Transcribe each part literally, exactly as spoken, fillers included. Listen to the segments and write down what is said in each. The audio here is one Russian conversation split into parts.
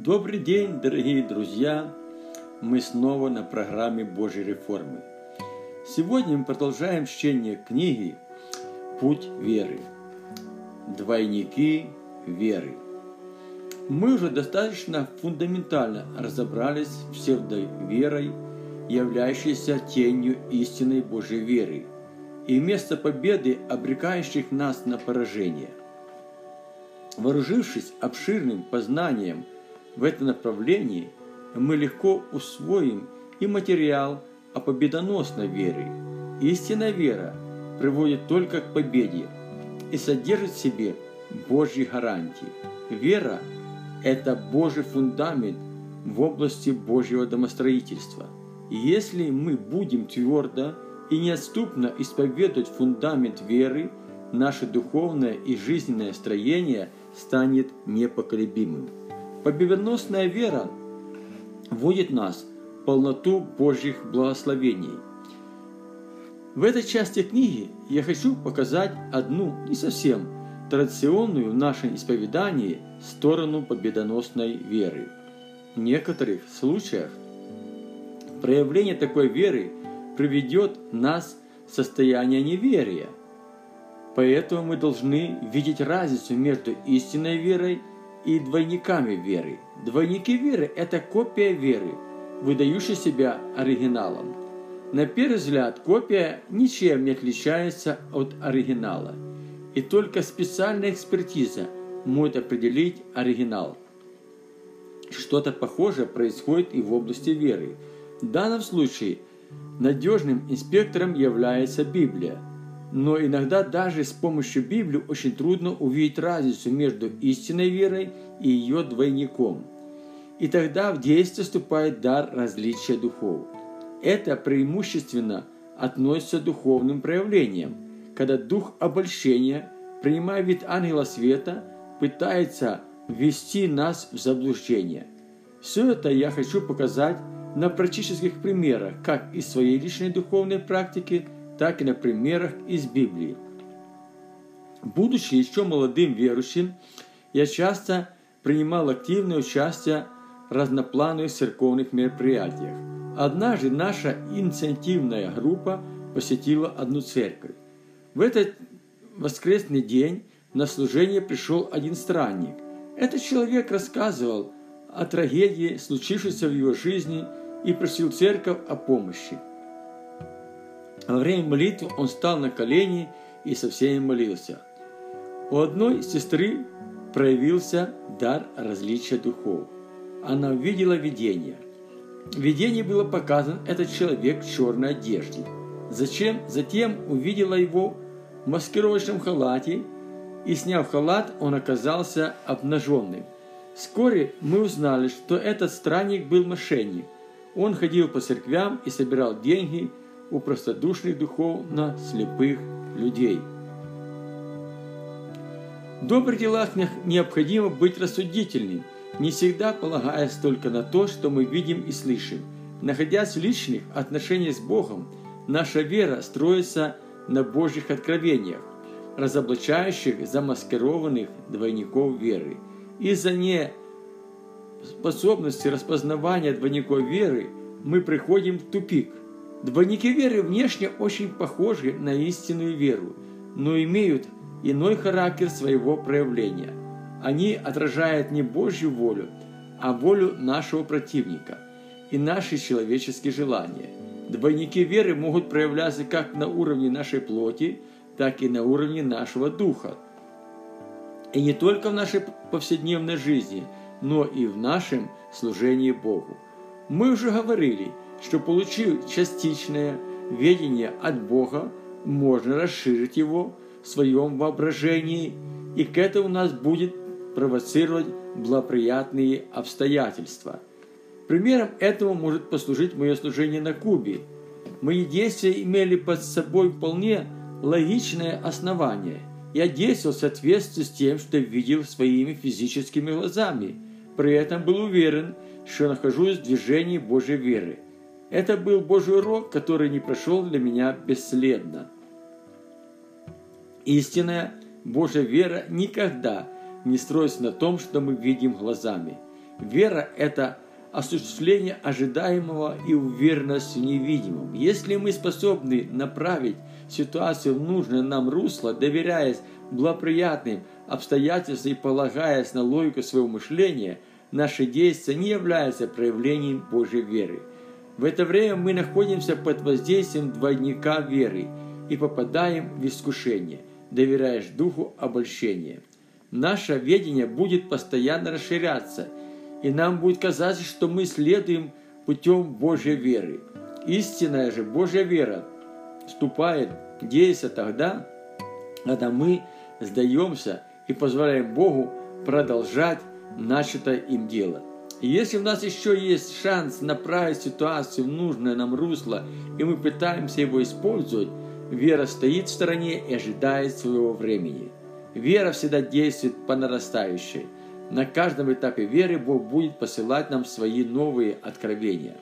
Добрый день, дорогие друзья! Мы снова на программе Божьей реформы. Сегодня мы продолжаем чтение книги «Путь веры. Двойники веры». Мы уже достаточно фундаментально разобрались с псевдоверой, являющейся тенью истинной Божьей веры, и вместо победы обрекающих нас на поражение. Вооружившись обширным познанием в этом направлении, мы легко усвоим и материал о победоносной вере. Истинная вера приводит только к победе и содержит в себе Божьи гарантии. Вера – это Божий фундамент в области Божьего домостроительства. И если мы будем твердо и неотступно исповедовать фундамент веры, наше духовное и жизненное строение станет непоколебимым. Победоносная вера вводит нас в полноту Божьих благословений. В этой части книги я хочу показать одну, не совсем традиционную в нашем исповедании сторону победоносной веры. В некоторых случаях проявление такой веры приведет нас в состояние неверия. Поэтому мы должны видеть разницу между истинной верой и двойниками веры. Двойники веры – это копия веры, выдающая себя оригиналом. На первый взгляд, копия ничем не отличается от оригинала, и только специальная экспертиза может определить оригинал. Что-то похожее происходит и в области веры. В данном случае надежным инспектором является Библия. Но иногда даже с помощью Библии очень трудно увидеть разницу между истинной верой и ее двойником. И тогда в действие вступает дар различия духов. Это преимущественно относится к духовным проявлениям, когда дух обольщения, принимая вид ангела света, пытается ввести нас в заблуждение. Все это я хочу показать на практических примерах, как из своей личной духовной практики, так и на примерах из Библии. Будучи еще молодым верующим, я часто принимал активное участие в разноплановых церковных мероприятиях. Однажды наша инициативная группа посетила одну церковь. В этот воскресный день на служение пришел один странник. Этот человек рассказывал о трагедии, случившейся в его жизни, и просил церковь о помощи. Во время молитвы он встал на колени и со всеми молился. У одной сестры проявился дар различия духов. Она увидела видение. В видении было показано этот человек в черной одежде. Зачем? Затем увидела его в маскировочном халате, и, сняв халат, он оказался обнаженным. Вскоре мы узнали, что этот странник был мошенник. Он ходил по церквям и собирал деньги у простодушных духовно слепых людей. В добрых делах необходимо быть рассудительным, не всегда полагаясь только на то, что мы видим и слышим. Находясь в личных отношениях с Богом, наша вера строится на Божьих откровениях, разоблачающих замаскированных двойников веры. Из-за неспособности распознавания двойников веры мы приходим в тупик. Двойники веры внешне очень похожи на истинную веру, но имеют иной характер своего проявления. Они отражают не Божью волю, а волю нашего противника и наши человеческие желания. Двойники веры могут проявляться как на уровне нашей плоти, так и на уровне нашего духа. И не только в нашей повседневной жизни, но и в нашем служении Богу. Мы уже говорили, что, получив частичное ведение от Бога, можно расширить его в своем воображении, и к этому нас будет провоцировать благоприятные обстоятельства. Примером этого может послужить мое служение на Кубе. Мои действия имели под собой вполне логичное основание. Я действовал в соответствии с тем, что видел своими физическими глазами. При этом был уверен, что нахожусь в движении Божьей веры. Это был Божий урок, который не прошел для меня бесследно. Истинная Божья вера никогда не строится на том, что мы видим глазами. Вера – это осуществление ожидаемого и уверенность в невидимом. Если мы способны направить ситуацию в нужное нам русло, доверяясь благоприятным обстоятельствам и полагаясь на логику своего мышления, наши действия не являются проявлением Божьей веры. В это время мы находимся под воздействием двойника веры и попадаем в искушение, доверяясь духу обольщения. Наше видение будет постоянно расширяться, и нам будет казаться, что мы следуем путем Божьей веры. Истинная же Божья вера вступает в действие тогда, когда мы сдаемся и позволяем Богу продолжать начатое им дело. И если у нас еще есть шанс направить ситуацию в нужное нам русло, и мы пытаемся его использовать, вера стоит в стороне и ожидает своего времени. Вера всегда действует по нарастающей. На каждом этапе веры Бог будет посылать нам свои новые откровения.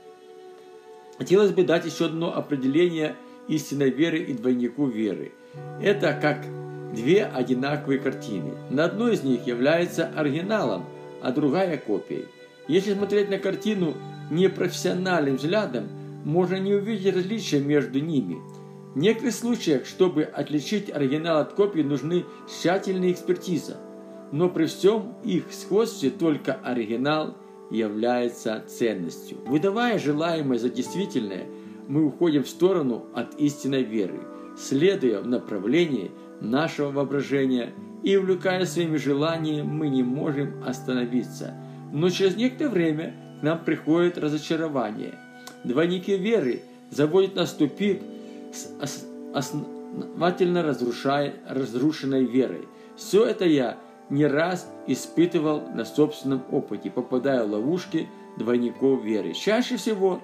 Хотелось бы дать еще одно определение истинной веры и двойнику веры. Это как две одинаковые картины. На одной из них является оригиналом, а другая копией. Если смотреть на картину непрофессиональным взглядом, можно не увидеть различия между ними. В некоторых случаях, чтобы отличить оригинал от копии, нужны тщательная экспертиза. Но при всем их сходстве только оригинал является ценностью. Выдавая желаемое за действительное, мы уходим в сторону от истинной веры, следуя в направлении нашего воображения и увлекая своими желаниями, мы не можем остановиться. Но через некоторое время к нам приходит разочарование. Двойники веры заводят нас в тупик с основательно разрушенной верой. Все это я не раз испытывал на собственном опыте, попадая в ловушки двойников веры. Чаще всего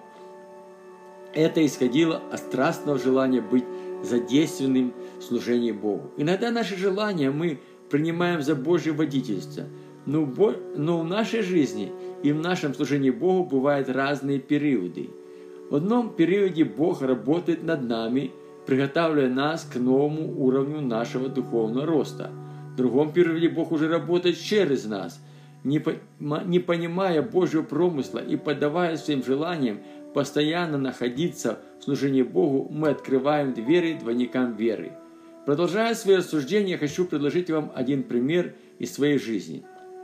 это исходило от страстного желания быть задействованным в служении Богу. Иногда наши желания мы принимаем за Божье водительство, но в нашей жизни и в нашем служении Богу бывают разные периоды. В одном периоде Бог работает над нами, приготавливая нас к новому уровню нашего духовного роста. В другом периоде Бог уже работает через нас, не понимая Божьего промысла и поддаваясь своим желаниям постоянно находиться в служении Богу, мы открываем двери двойникам веры. Продолжая свои рассуждения, я хочу предложить вам один пример из своей жизни.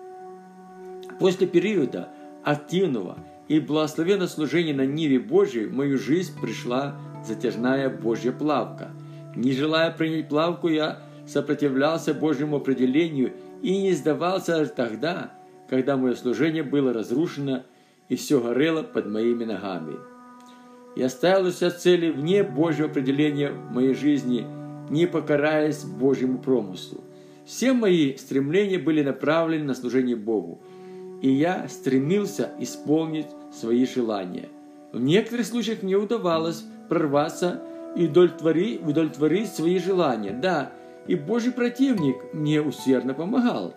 После периода активного и благословенного служения на ниве Божьей в мою жизнь пришла затяжная Божья плавка. Не желая принять плавку, я сопротивлялся Божьему определению и не сдавался тогда, когда мое служение было разрушено и все горело под моими ногами. Я ставил себя цели вне Божьего определения в моей жизни, не покоряясь Божьему промыслу. Все мои стремления были направлены на служение Богу, и я стремился исполнить свои желания. В некоторых случаях мне удавалось прорваться и удовлетворить, удовлетворить свои желания. Да, и Божий противник мне усердно помогал,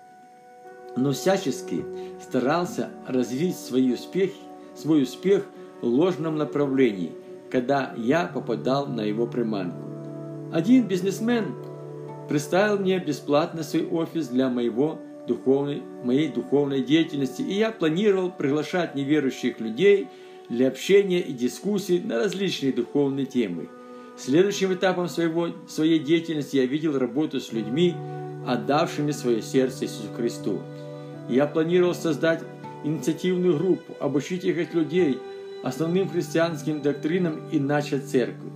но всячески старался развить свой успех, свой успех в ложном направлении, когда я попадал на его приманку. Один бизнесмен представил мне бесплатно свой офис для моего духовной, моей духовной деятельности, и я планировал приглашать неверующих людей для общения и дискуссий на различные духовные темы. Следующим этапом своего, своей деятельности я видел работу с людьми, отдавшими свое сердце Иисусу Христу. Я планировал создать инициативную группу, обучить этих людей основным христианским доктринам и начать церковь.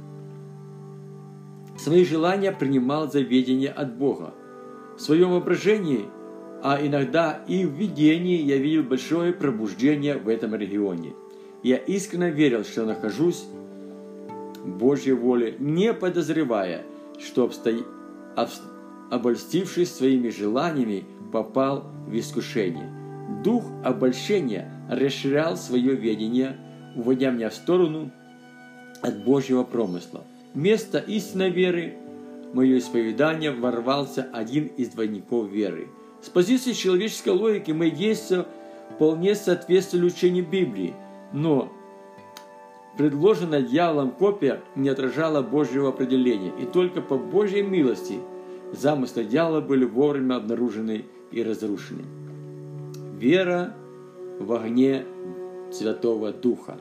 Свои желания принимал за ведение от Бога. В своем воображении, а иногда и в видении, я видел большое пробуждение в этом регионе. Я искренне верил, что нахожусь в Божьей воле, не подозревая, что, обсто... обольстившись своими желаниями, попал в искушение. Дух обольщения расширял свое видение, уводя меня в сторону от Божьего промысла. Вместо истинной веры в мое исповедание ворвался один из двойников веры. С позиции человеческой логики мои действия вполне соответствовали учению Библии, но предложенная дьяволом копия не отражала Божьего определения, и только по Божьей милости замыслы дьявола были вовремя обнаружены и разрушены. вера в огне Святого Духа.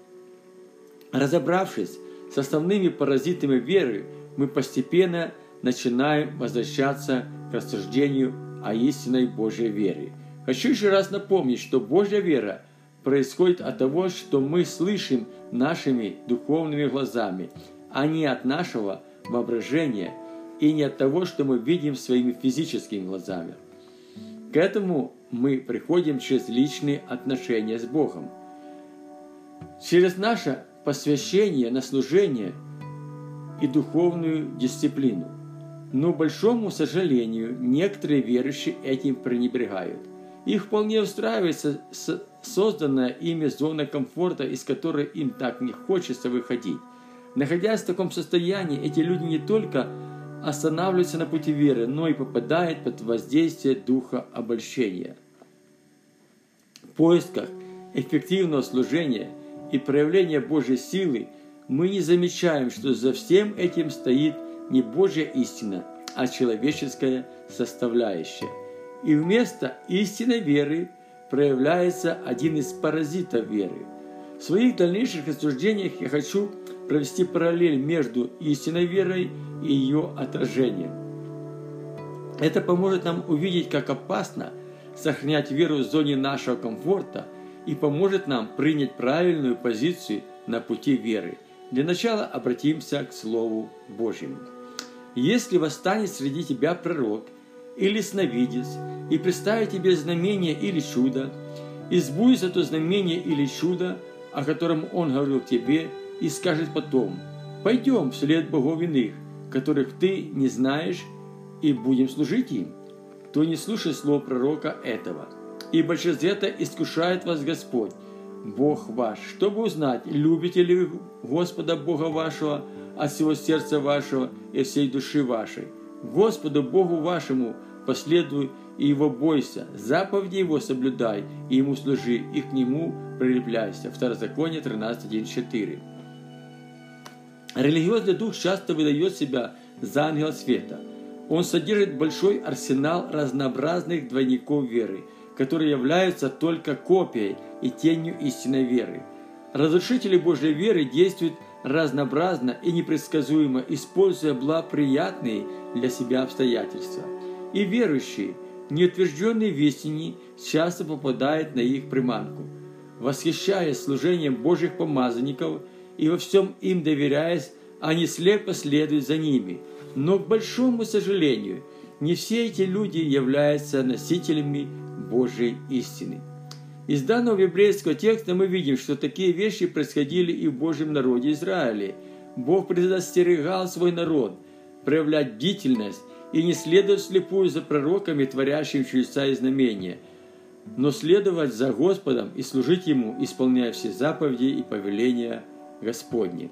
Разобравшись с основными паразитами веры, мы постепенно начинаем возвращаться к рассуждению о истинной Божьей вере. Хочу еще раз напомнить, что Божья вера происходит от того, что мы слышим нашими духовными глазами, а не от нашего воображения и не от того, что мы видим своими физическими глазами. К этому мы приходим через личные отношения с Богом, через наше посвящение на служение и духовную дисциплину. Но, к большому сожалению, некоторые верующие этим пренебрегают. Их вполне устраивает созданная ими зона комфорта, из которой им так не хочется выходить. Находясь в таком состоянии, эти люди не только останавливаются на пути веры, но и попадают под воздействие духа обольщения. В поисках эффективного служения и проявления Божьей силы мы не замечаем, что за всем этим стоит не Божья истина, а человеческая составляющая. И вместо истинной веры проявляется один из паразитов веры. В своих дальнейших рассуждениях я хочу провести параллель между истинной верой и ее отражением. Это поможет нам увидеть, как опасно сохранять веру в зоне нашего комфорта и поможет нам принять правильную позицию на пути веры. Для начала обратимся к Слову Божьему. «Если восстанет среди тебя пророк или сновидец, и представит тебе знамение или чудо, и сбудется то знамение или чудо, о котором он говорил тебе, и скажет потом: пойдем вслед богов иных, которых ты не знаешь, и будем служить им, то не слушай слов пророка этого. Ибо через это искушает вас Господь, Бог ваш, чтобы узнать, любите ли вы Господа Бога вашего от всего сердца вашего и всей души вашей. Господу Богу вашему последуй и Его бойся, заповеди Его соблюдай, и Ему служи, и к Нему прилепляйся». Второзаконие тринадцать, один, четыре. Религиозный дух часто выдает себя за ангела света. Он содержит большой арсенал разнообразных двойников веры, которые являются только копией и тенью истинной веры. Разрушители Божьей веры действуют разнообразно и непредсказуемо, используя благоприятные для себя обстоятельства. И верующие, неутвержденные в истине, часто попадают на их приманку. Восхищаясь служением Божьих помазанников и во всем им доверяясь, они слепо следуют за ними. Но, к большому сожалению, не все эти люди являются носителями Божьей истины. Из данного библейского текста мы видим, что такие вещи происходили и в Божьем народе Израиле. Бог предостерегал свой народ проявлять бдительность и не следовать вслепую за пророками, творящими чудеса и знамения, но следовать за Господом и служить Ему, исполняя все заповеди и повеления Господни.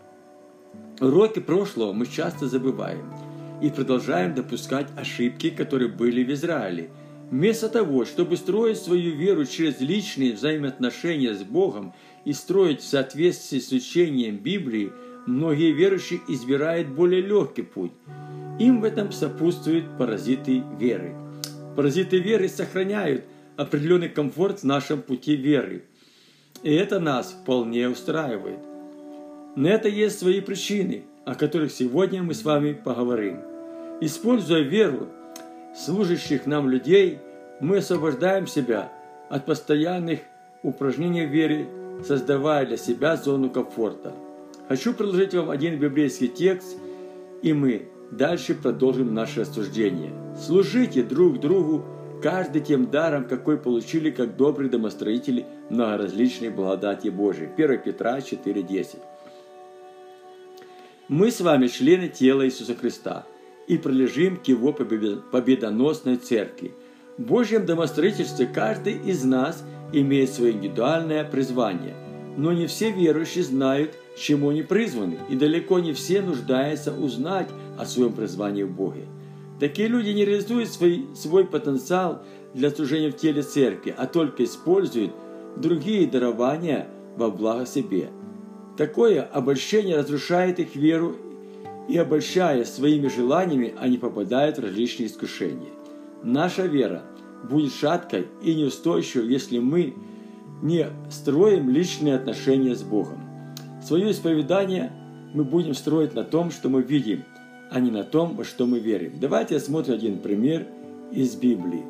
Уроки прошлого мы часто забываем и продолжаем допускать ошибки, которые были в Израиле. Вместо того, чтобы строить свою веру через личные взаимоотношения с Богом и строить в соответствии с учением Библии, многие верующие избирают более легкий путь. Им в этом сопутствуют паразиты веры. Паразиты веры сохраняют определенный комфорт в нашем пути веры. И это нас вполне устраивает. На это есть свои причины, о которых сегодня мы с вами поговорим. Используя веру служащих нам людей, мы освобождаем себя от постоянных упражнений в вере, создавая для себя зону комфорта. Хочу предложить вам один библейский текст, и мы дальше продолжим наше рассуждение. «Служите друг другу, каждый тем даром, какой получили, как добрые домостроители многоразличной благодати Божией». первое Петра четыре, десять. Мы с вами члены тела Иисуса Христа и прилежим к Его победоносной церкви. В Божьем домостроительстве каждый из нас имеет свое индивидуальное призвание, но не все верующие знают, к чему они призваны, и далеко не все нуждаются узнать о своем призвании в Боге. Такие люди не реализуют свой, свой потенциал для служения в теле церкви, а только используют другие дарования во благо себе. Такое обольщение разрушает их веру, и, обольщая своими желаниями, они попадают в различные искушения. Наша вера будет шаткой и неустойчивой, если мы не строим личные отношения с Богом. Свое исповедание мы будем строить на том, что мы видим, а не на том, во что мы верим. Давайте рассмотрим один пример из Библии.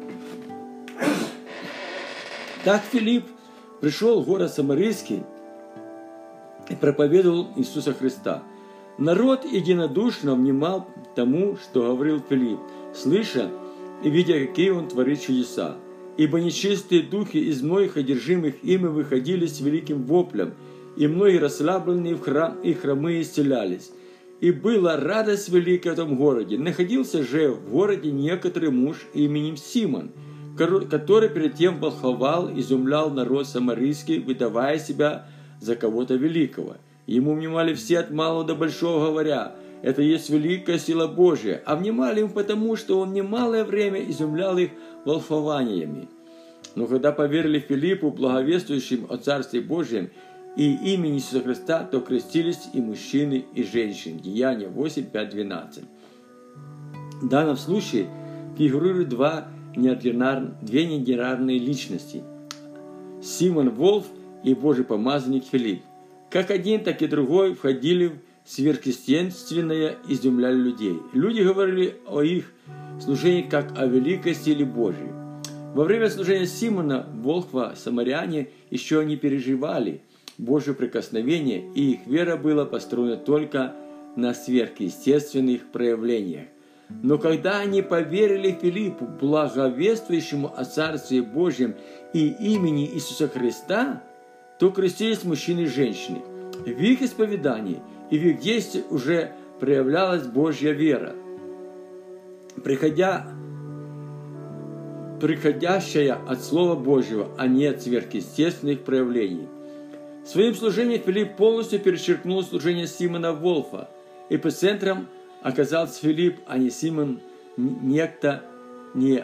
Так Филипп пришел в город Самарийский и проповедовал Иисуса Христа. Народ единодушно внимал тому, что говорил Филипп, слыша и видя, какие он творит чудеса. Ибо нечистые духи из многих одержимых ими выходили с великим воплем, и многие расслабленные в храм и хромые исцелялись. И была радость великая в том городе. Находился же в городе некоторый муж именем Симон, который перед тем волхвовал, изумлял народ самарийский, выдавая себя за кого-то великого. Ему внимали все от малого до большого, говоря, это есть великая сила Божия, а внимали им потому, что он немалое время изумлял их волхвованиями. Но когда поверили Филиппу, благовествующим о Царстве Божьем и имени Иисуса Христа, то крестились и мужчины, и женщины. Деяния восемь, пять, двенадцать. В данном случае фигурируют два неординар... две неординарные личности. Симон Волф и Божий помазанник Филипп. Как один, так и другой входили в сверхъестественное, изумляли людей. Люди говорили о их служении как о великой силе Божьей. Во время служения Симона Волхва самаряне еще не переживали Божье прикосновение, и их вера была построена только на сверхъестественных проявлениях. Но когда они поверили Филиппу, благовествующему о Царстве Божьем и имени Иисуса Христа, то крестились мужчины и женщины. В их исповедании и в их действии уже проявлялась Божья вера, приходя, приходящая от Слова Божьего, а не от сверхъестественных проявлений. Своим служением Филипп полностью перечеркнул служение Симона Волфа, и по центрам оказался Филипп, а не Симон, некто, не,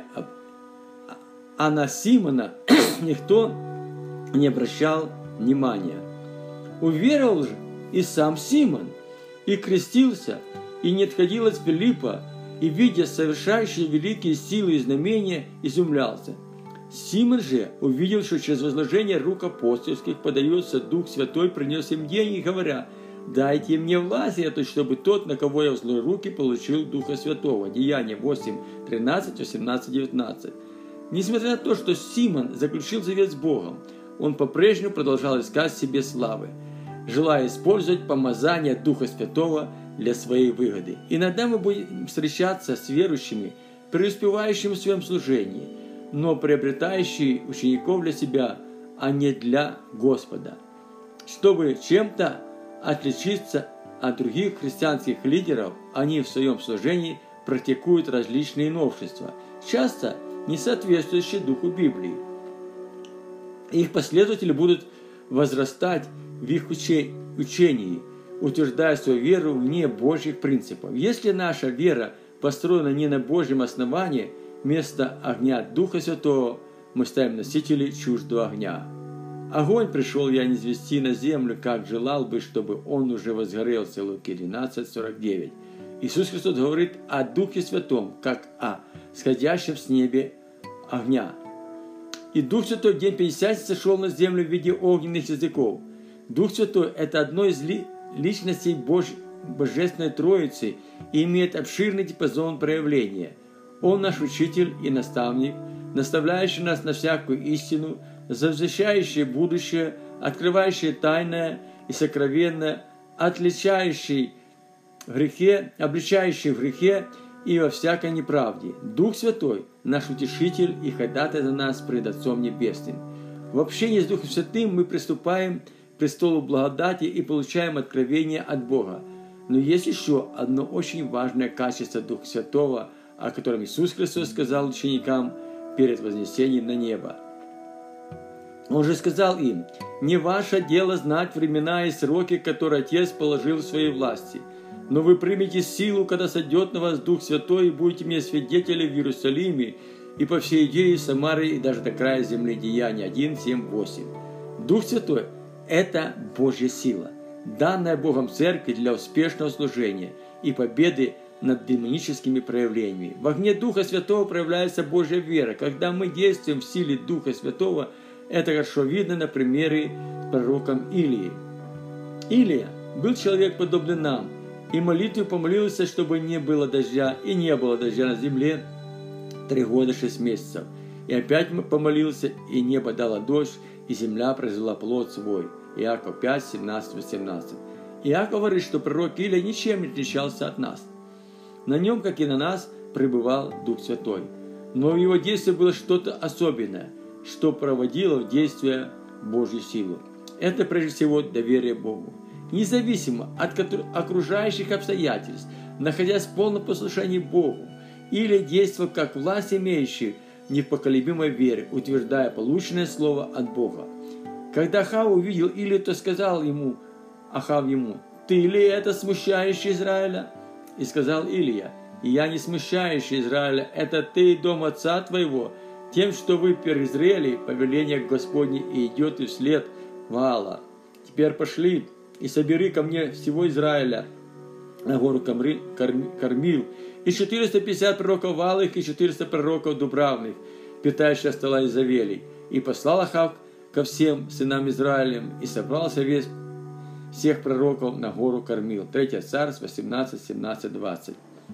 а на Симона никто не обращал внимания. Уверовал же и сам Симон, и крестился, и не отходил от Филиппа, и, видя совершающие великие силы и знамения, изумлялся. Симон же увидел, что через возложение рук апостольских подается Дух Святой, принес им деньги, говоря, «Дайте мне власть, чтобы тот, на кого я возложу руки, получил Духа Святого». Деяния восемь, тринадцать, восемнадцать, девятнадцать. Несмотря на то, что Симон заключил завет с Богом, он по-прежнему продолжал искать себе славы, желая использовать помазание Духа Святого для своей выгоды. Иногда мы будем встречаться с верующими, преуспевающими в своем служении, но приобретающие учеников для себя, а не для Господа. Чтобы чем-то отличиться от других христианских лидеров, они в своем служении практикуют различные новшества, часто не соответствующие духу Библии. Их последователи будут возрастать в их учении, утверждая свою веру вне Божьих принципов. Если наша вера построена не на Божьем основании, вместо огня Духа Святого мы ставим носители чуждого огня. Огонь пришел я низвести на землю, как желал бы, чтобы он уже возгорелся. Луки двенадцать, сорок девять. Иисус Христос говорит о Духе Святом, как о сходящем с неба огня. И Дух Святой в день Пятидесятницы сошел на землю в виде огненных языков. Дух Святой – это одно из ли, личностей Божь, Божественной Троицы и имеет обширный диапазон проявления. Он наш учитель и наставник, наставляющий нас на всякую истину, завещающий будущее, открывающий тайное и сокровенное, отличающий в грехе, обличающий в грехе и во всякой неправде. Дух Святой – наш утешитель и ходатай за нас пред Отцом Небесным. В общении с Духом Святым мы приступаем к престолу благодати и получаем откровение от Бога. Но есть еще одно очень важное качество Духа Святого, о котором Иисус Христос сказал ученикам перед вознесением на небо. Он же сказал им: «Не ваше дело знать времена и сроки, которые Отец положил в своей власти, но вы примете силу, когда сойдет на вас Дух Святой, и будете мне свидетели в Иерусалиме и по всей Иудее, Самарии и даже до края земли». Деяния один, семь, восемь. Дух Святой – это Божья сила, данная Богом Церкви для успешного служения и победы над демоническими проявлениями. В огне Духа Святого проявляется Божья вера. Когда мы действуем в силе Духа Святого, это хорошо видно на примере с пророком Илии. Илия был человек, подобный нам, и молитвой помолился, чтобы не было дождя, и не было дождя на земле три года шесть месяцев. И опять помолился, и небо дало дождь, и земля произвела плод свой. Иаков пять, семнадцать, восемнадцать. Иаков говорит, что пророк Илия ничем не отличался от нас. На нем, как и на нас, пребывал Дух Святой. Но в его действии было что-то особенное, что проводило в действие Божью силу. Это прежде всего доверие Богу. Независимо от окружающих обстоятельств, находясь в полном послушании Богу, Илия действовал как власть имеющий в непоколебимой вере, утверждая полученное слово от Бога. Когда Ахав увидел Илию, то сказал ему, Ахав ему: «Ты ли это смущающий Израиля?» И сказал Илия: «И я не смущающий Израиля, это ты и дом отца твоего, тем, что вы презрели повеление Господне и идете вслед Ваала. Теперь пошли и собери ко мне всего Израиля на гору Кармил, и четыреста пятьдесят пророков Ваалых, и четыреста пророков Дубравных, питающих стола Изавелий». И послал Ахав ко всем сынам Израилем, и собрался весь всех пророков на гору Кармил. Третье Царств восемнадцать, семнадцать, двадцать.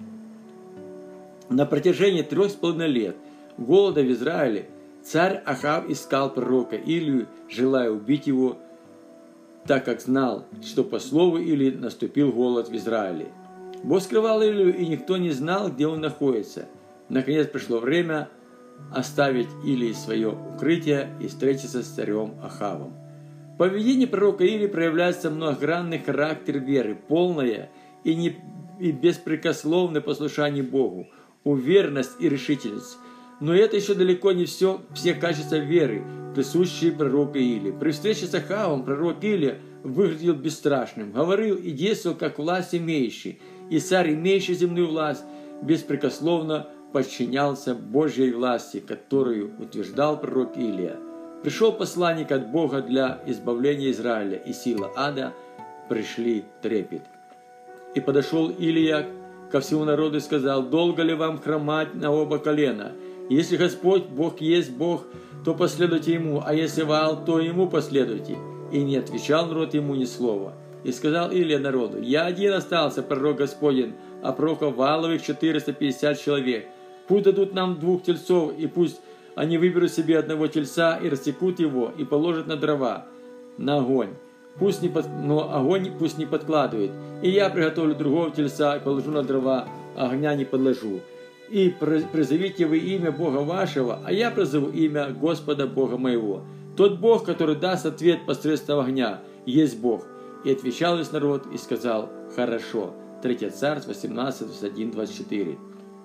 На протяжении трех с половиной лет голода в Израиле царь Ахав искал пророка Илию, желая убить его, так как знал, что по слову Илии наступил голод в Израиле. Бог скрывал Илию, и никто не знал, где он находится. Наконец пришло время оставить Илии свое укрытие и встретиться с царем Ахавом. В поведении пророка Илии проявляется многогранный характер веры, полное и, не, и беспрекословное послушание Богу, уверенность и решительность. Но это еще далеко не все, все качества веры, присущие пророку Илии. При встрече с Ахавом пророк Илия выглядел бесстрашным, говорил и действовал как власть имеющий, и царь, имеющий земную власть, беспрекословно подчинялся Божьей власти, которую утверждал пророк Илия. Пришел посланник от Бога для избавления Израиля, и сила ада пришли трепет. И подошел Илия ко всему народу и сказал: «Долго ли вам хромать на оба колена? Если Господь, Бог есть Бог, то последуйте Ему, а если Ваал, то Ему последуйте». И не отвечал народ Ему ни слова. И сказал Илия народу: «Я один остался, пророк Господень, а пророков Вааловых четыреста пятьдесят человек. Пусть дадут нам двух тельцов, и пусть они выберут себе одного тельца и рассекут его, и положат на дрова, на огонь. Пусть не под... Но огонь пусть не подкладывает. И я приготовлю другого тельца и положу на дрова, а огня не подложу. И призовите вы имя Бога вашего, а я призову имя Господа Бога моего. Тот Бог, который даст ответ посредством огня, есть Бог». И отвечал весь народ и сказал: «Хорошо». Третье Царств восемнадцать, двадцать один, двадцать четыре.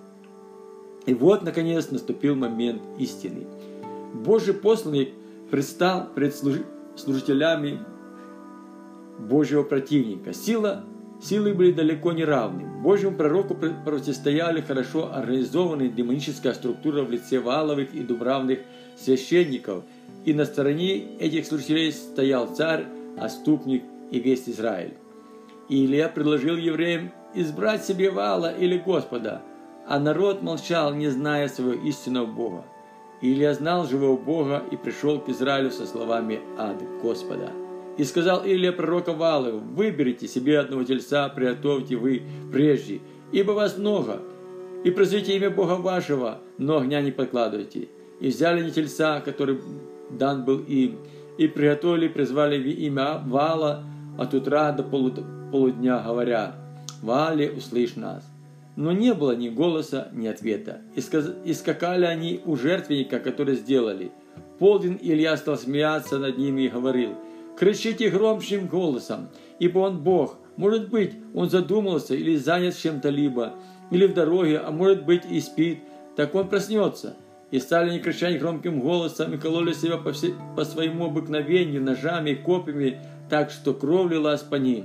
И вот, наконец, наступил момент истины. Божий посланник предстал пред служителями Божьего противника. Сила, силы были далеко не равны. Божьему пророку противостояли хорошо организованная демоническая структура в лице Вааловых и Дубравных священников. И на стороне этих служителей стоял царь, отступник и весь Израиль. И Илия предложил евреям избрать себе Ваала или Господа, а народ молчал, не зная своего истинного Бога. Илия знал живого Бога и пришел к Израилю со словами от Господа. И сказал Илия пророка Ваалу: «Выберите себе одного тельца, приготовьте вы прежде, ибо вас много, и призовите имя Бога вашего, но огня не подкладывайте». И взяли не тельца, который дан был им, и приготовили, призвали имя Ваала от утра до полудня, говоря: «Ваале, услышь нас». Но не было ни голоса, ни ответа. И скакали они у жертвенника, который сделали. В полдень Илья стал смеяться над ними и говорил: «Кричите громчим голосом, ибо он Бог. Может быть, он задумался или занят чем-то либо, или в дороге, а может быть и спит. Так он проснется». И стали они кричать громким голосом и кололи себя по, все, по своему обыкновению ножами и копьями, так что кровь лилась по ним.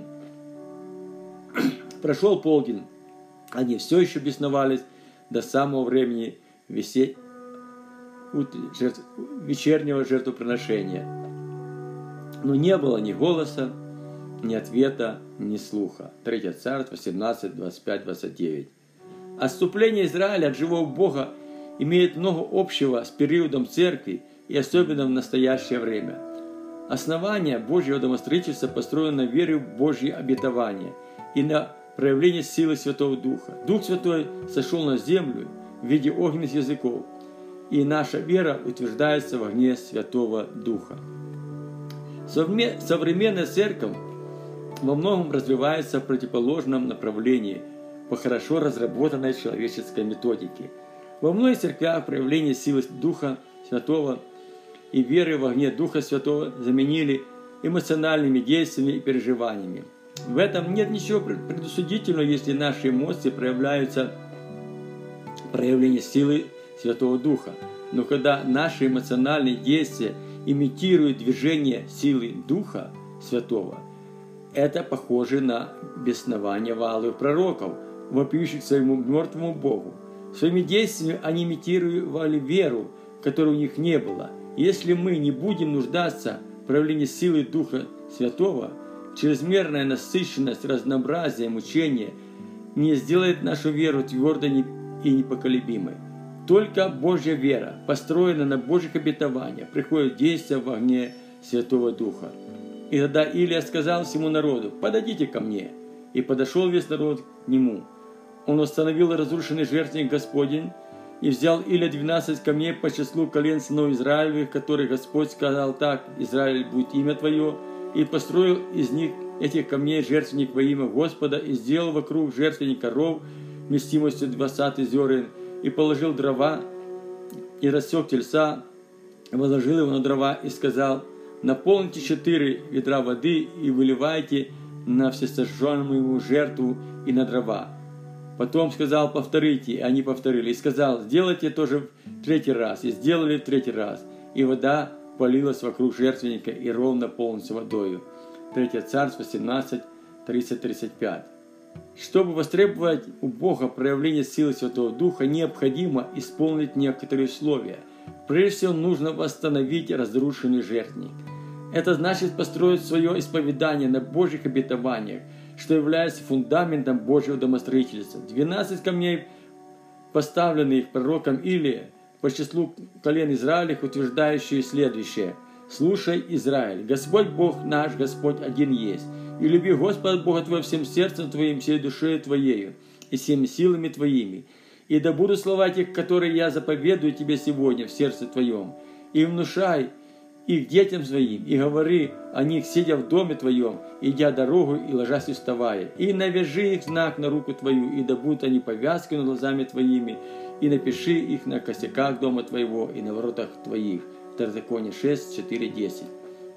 Прошел полдень. Они все еще бесновались до самого времени весе... жертв... вечернего жертвоприношения. Но не было ни голоса, ни ответа, ни слуха. Третье Царство, восемнадцать, двадцать пять, двадцать девять. Отступление Израиля от живого Бога имеет много общего с периодом церкви и особенно в настоящее время. Основание Божьего домостроительства построено на вере в Божьи обетования и на проявление силы Святого Духа. Дух Святой сошел на землю в виде огненных языков, и наша вера утверждается в огне Святого Духа. Современная церковь во многом развивается в противоположном направлении по хорошо разработанной человеческой методике. Во многих церквях проявление силы Духа Святого и веры в огне Духа Святого заменили эмоциональными действиями и переживаниями. В этом нет ничего предусудительного, если наши эмоции проявляются проявление силы Святого Духа. Но когда наши эмоциональные действия имитируют движение силы Духа Святого, это похоже на беснование валовых пророков, вопиющих своему мертвому Богу. Своими действиями они имитировали веру, которой у них не было. Если мы не будем нуждаться в проявлении силы Духа Святого, чрезмерная насыщенность разнообразием учения не сделает нашу веру твердой и непоколебимой. Только Божья вера, построенная на Божьих обетованиях, приходит в действие в огне Святого Духа. И тогда Илия сказал всему народу: «Подойдите ко мне». И подошел весь народ к нему. Он установил разрушенный жертвенник Господень, и взял Илия двенадцать камней по числу колен сынов Израилевых, которые Господь сказал так: «Израиль будет имя твое», и построил из них этих камней жертвенник во имя Господа, и сделал вокруг жертвенника ров вместимостью двадцать зерен, и положил дрова, и рассек тельца, возложил его на дрова, и сказал: «Наполните четыре ведра воды и выливайте на всесожженную жертву и на дрова». Потом сказал: «Повторите», и они повторили. И сказал: «Сделайте тоже в третий раз». И сделали в третий раз. И вода полилась вокруг жертвенника, и ров наполнился водою. Третье Царство семнадцать, тридцать тридцать пять. Чтобы востребовать у Бога проявление силы Святого Духа, необходимо исполнить некоторые условия. Прежде всего, нужно восстановить разрушенный жертвенник. Это значит построить свое исповедание на Божьих обетованиях, что является фундаментом Божьего домостроительства. двенадцать камней, поставленных пророком Илия по числу колен Израилевых, утверждающие следующее: «Слушай, Израиль, Господь Бог наш, Господь один есть, и люби Господа Бога твоего всем сердцем твоим, всей душою твоею и всеми силами твоими. И да будут слова тех, которые я заповедую тебе сегодня в сердце твоем, и внушай их детям своим, и говори о них, сидя в доме твоем, идя дорогу и ложась и вставая. И навяжи их знак на руку твою, и да будут они повязкой над глазами твоими, и напиши их на косяках дома твоего и на воротах твоих». Второзаконие шесть, четыре, десять.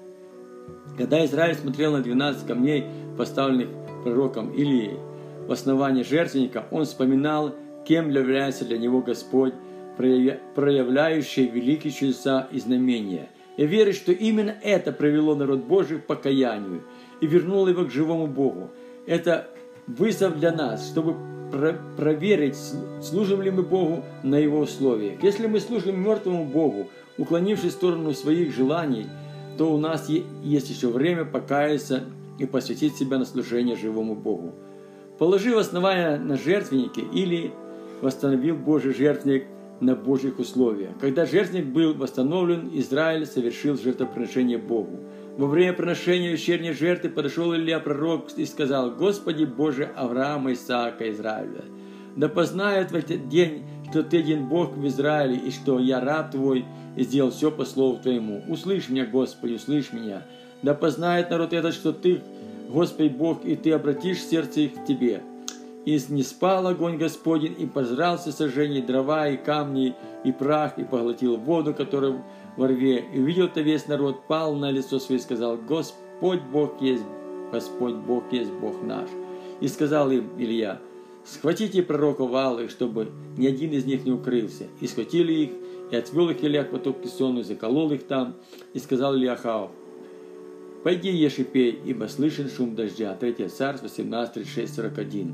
Когда Израиль смотрел на двенадцать камней, поставленных пророком Илией в основании жертвенника, он вспоминал, кем является для него Господь, проявляющий великие чудеса и знамения. Я верю, что именно это привело народ Божий к покаянию и вернуло его к живому Богу. Это вызов для нас, чтобы проверить, служим ли мы Богу на Его условиях. Если мы служим мертвому Богу, уклонившись в сторону своих желаний, то у нас есть еще время покаяться и посвятить себя на служение живому Богу. Положив основание на жертвеннике, или восстановил Божий жертвенник на Божьих условиях. Когда жертвенник был восстановлен, Израиль совершил жертвоприношение Богу. Во время приношения вечерней жертвы подошел Илия пророк и сказал: «Господи Боже Авраама, Исаака, Израиля, да познают в этот день, что Ты один Бог в Израиле, и что я раб Твой, и сделал все по слову Твоему. Услышь меня, Господи, услышь меня. Да познает народ этот, что Ты, Господь Бог, и Ты обратишь сердце их к Тебе». И не спал огонь Господень, и пожрался сожжение дрова, и камни, и прах, и поглотил воду, которая во рве. И увидел-то весь народ, пал на лицо свое и сказал: «Господь Бог есть, Господь Бог есть Бог наш». И сказал им Илья: «Схватите пророков Вааловых, чтобы ни один из них не укрылся». И схватили их, и отвел их Илья к потоку Кисону, и заколол их там. И сказал Илья Ахаву: «Пойди, ешь и пей, ибо слышен шум дождя». Третье Царство семнадцать, тридцать шесть, сорок один.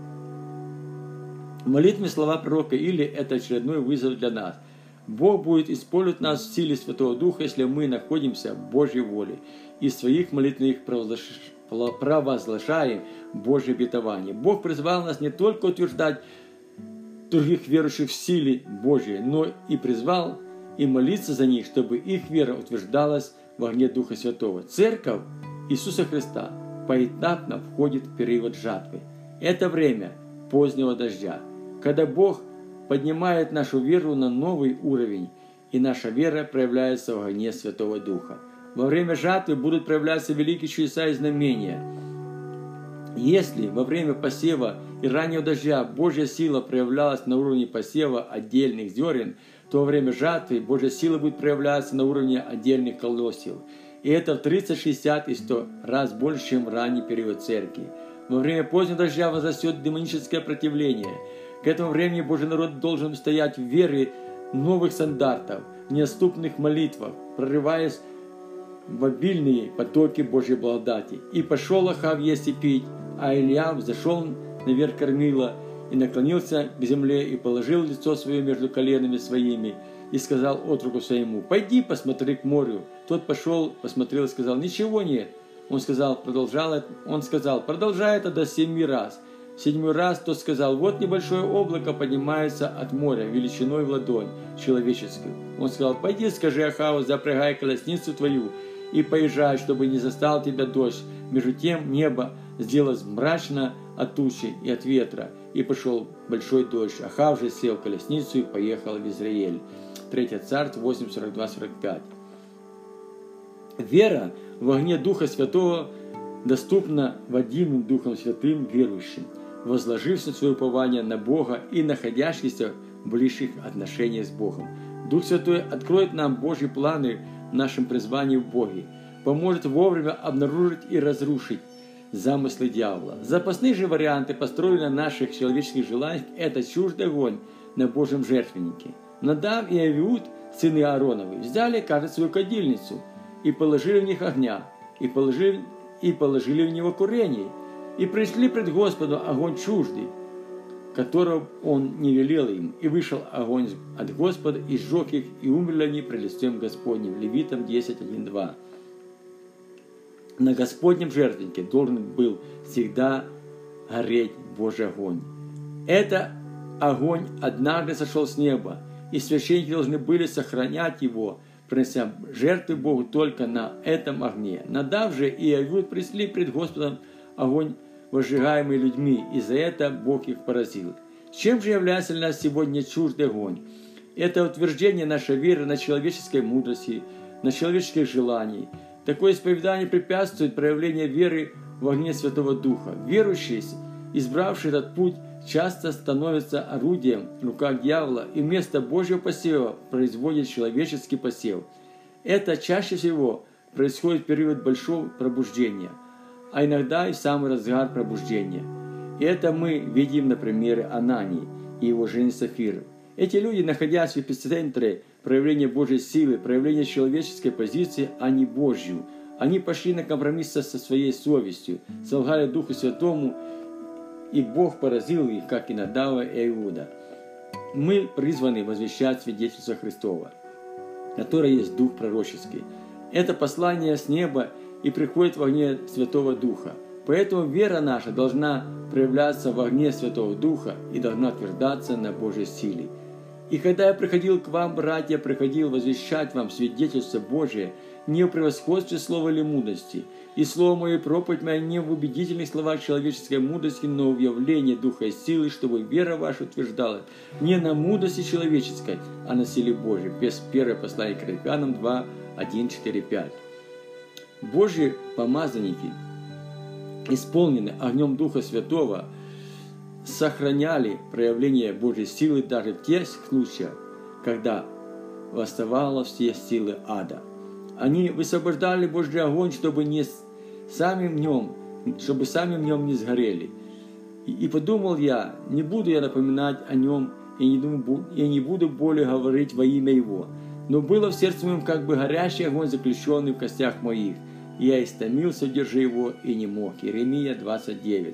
В молитве слова пророка Илии – это очередной вызов для нас. Бог будет использовать нас в силе Святого Духа, если мы находимся в Божьей воле и в своих молитвенных провозглашаем Божье обетование. Бог призвал нас не только утверждать других верующих в силе Божией, но и призвал и молиться за них, чтобы их вера утверждалась в огне Духа Святого. Церковь Иисуса Христа поэтапно входит в период жатвы. Это время позднего дождя, когда Бог поднимает нашу веру на новый уровень, и наша вера проявляется в огне Святого Духа. Во время жатвы будут проявляться великие чудеса и знамения. Если во время посева и раннего дождя Божья сила проявлялась на уровне посева отдельных зерен, то во время жатвы Божья сила будет проявляться на уровне отдельных колосьев. И это в тридцать, шестьдесят и сто раз больше, чем в ранний период церкви. Во время позднего дождя возрастет демоническое противление. К этому времени Божий народ должен стоять в вере новых стандартов, в неотступных молитвах, прорываясь в обильные потоки Божьей благодати. И пошел Ахав есть и пить, а Илья взошел наверх кормила и наклонился к земле и положил лицо свое между коленами своими и сказал отроку своему: «Пойди, посмотри к морю». Тот пошел, посмотрел и сказал: «Ничего нет». Он сказал, продолжал, он сказал, продолжай это до семи раз. В седьмой раз тот сказал: «Вот небольшое облако поднимается от моря, величиной в ладонь человеческую». Он сказал: «Пойди, скажи Ахаву, запрягай колесницу твою и поезжай, чтобы не застал тебя дождь». Между тем небо сделалось мрачно от тучи и от ветра, и пошел большой дождь. Ахав же сел в колесницу и поехал в Израиль. Третье Царств восемь, сорок два, сорок пять. Вера в огне Духа Святого доступна Вадимым Духом Святым верующим, возложившим свое упование на Бога и находящихся в ближних отношениях с Богом. Дух Святой откроет нам Божьи планы в нашем призвании в Боге, поможет вовремя обнаружить и разрушить замыслы дьявола. Запасные же варианты, построенные на наших человеческих желаниях, это чуждый огонь на Божьем жертвеннике. Надав и Авиуд, сыны Аароновы, взяли каждую свою кадильницу и положили в них огня, и положили, и положили в него курение, и пришли пред Господом огонь чуждый, которого он не велел им, и вышел огонь от Господа, и сжег их, и умерли они пред лицем Господним. Левитам десять, один, два. На Господнем жертвеннике должен был всегда гореть Божий огонь. Это огонь однажды сошел с неба, и священники должны были сохранять его, принося жертвы Богу только на этом огне. Надав же и Авиуд принесли пред Господом огонь, возжигаемый людьми, и за это Бог их поразил. Чем же является для нас сегодня чуждый огонь? Это утверждение нашей веры на человеческой мудрости, на человеческих желаниях. Такое исповедание препятствует проявлению веры в огне Святого Духа. Верующие, избравшие этот путь, часто становятся орудием в руках дьявола и вместо Божьего посева производят человеческий посев. Это чаще всего происходит в период большого пробуждения, а иногда и в самый разгар пробуждения. И это мы видим на примере Анании и его жены Сафиры. Эти люди, находясь в эпицентре проявления Божьей силы, проявления человеческой позиции, а не Божью, они пошли на компромисс со своей совестью, солгали Духу Святому, и Бог поразил их, как и Надава и Иуда. Мы призваны возвещать свидетельство Христова, которое есть Дух пророческий. Это послание с неба и приходит в огне Святого Духа. Поэтому вера наша должна проявляться в огне Святого Духа и должна утверждаться на Божьей силе. И когда я приходил к вам, братья, приходил возвещать вам свидетельство Божие не в превосходстве слова или мудрости, и слово мое, проповедь моя не в убедительных словах человеческой мудрости, но в явлении Духа и силы, чтобы вера ваша утверждалась не на мудрости человеческой, а на силе Божьей. Первое послание к Коринфянам два, один, четыре, пять. Божьи помазанники, исполненные огнем Духа Святого, сохраняли проявление Божьей силы даже в тех случаях, когда восставало все силы ада. Они высвобождали Божий огонь, чтобы не сами в нем, чтобы сами в нем не сгорели. И, и подумал я, не буду я напоминать о нем, и не, думаю, и не буду более говорить во имя его. Но было в сердце моем как бы горящий огонь, заключенный в костях моих. И я истомился, держи его, и не мог. Иеремия двадцать девять.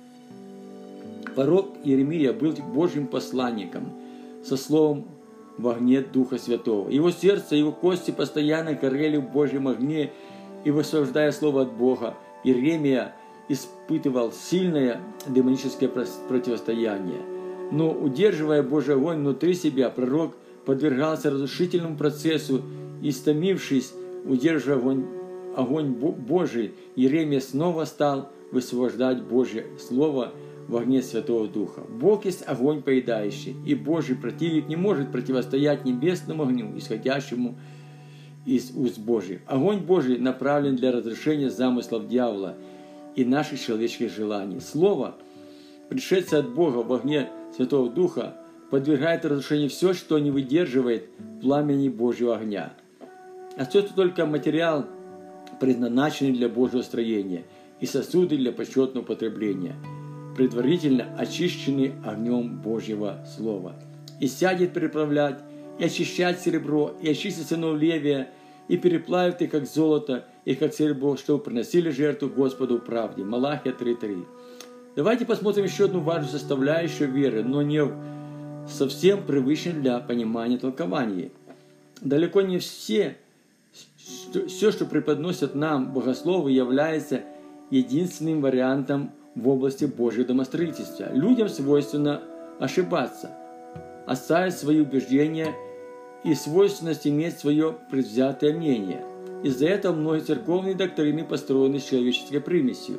Пророк Иеремия был Божьим посланником со словом в огне Духа Святого. Его сердце, его кости постоянно горели в Божьем огне, и, высвобождая слово от Бога, Иеремия испытывал сильное демоническое противостояние. Но, удерживая Божий огонь внутри себя, пророк подвергался разрушительному процессу, истомившись, удерживая огонь, огонь Божий, Иеремия снова стал высвобождать Божье Слово в огне Святого Духа. Бог есть огонь поедающий, и Божий противник не может противостоять небесному огню, исходящему из уст Божьих. Огонь Божий направлен для разрушения замыслов дьявола и наших человеческих желаний. Слово, пришедшее от Бога в огне Святого Духа, подвергает разрушению все, что не выдерживает пламени Божьего огня. Остается только материал, предназначенный для Божьего строения, и сосуды для почетного употребления, предварительно очищенные огнем Божьего Слова. И сядет переправлять, и очищать серебро, и очистит сынов Левия, и переплавит их, как золото, и как серебро, чтобы приносили жертву Господу в правде. Малахия три три. Давайте посмотрим еще одну важную составляющую веры, но не совсем привычную для понимания толкования. Далеко не все, все, что преподносят нам богословы, является единственным вариантом в области Божьего домостроительства. Людям свойственно ошибаться, оставить свои убеждения и свойственность иметь свое предвзятое мнение. Из-за этого многие церковные доктрины построены с человеческой примесью.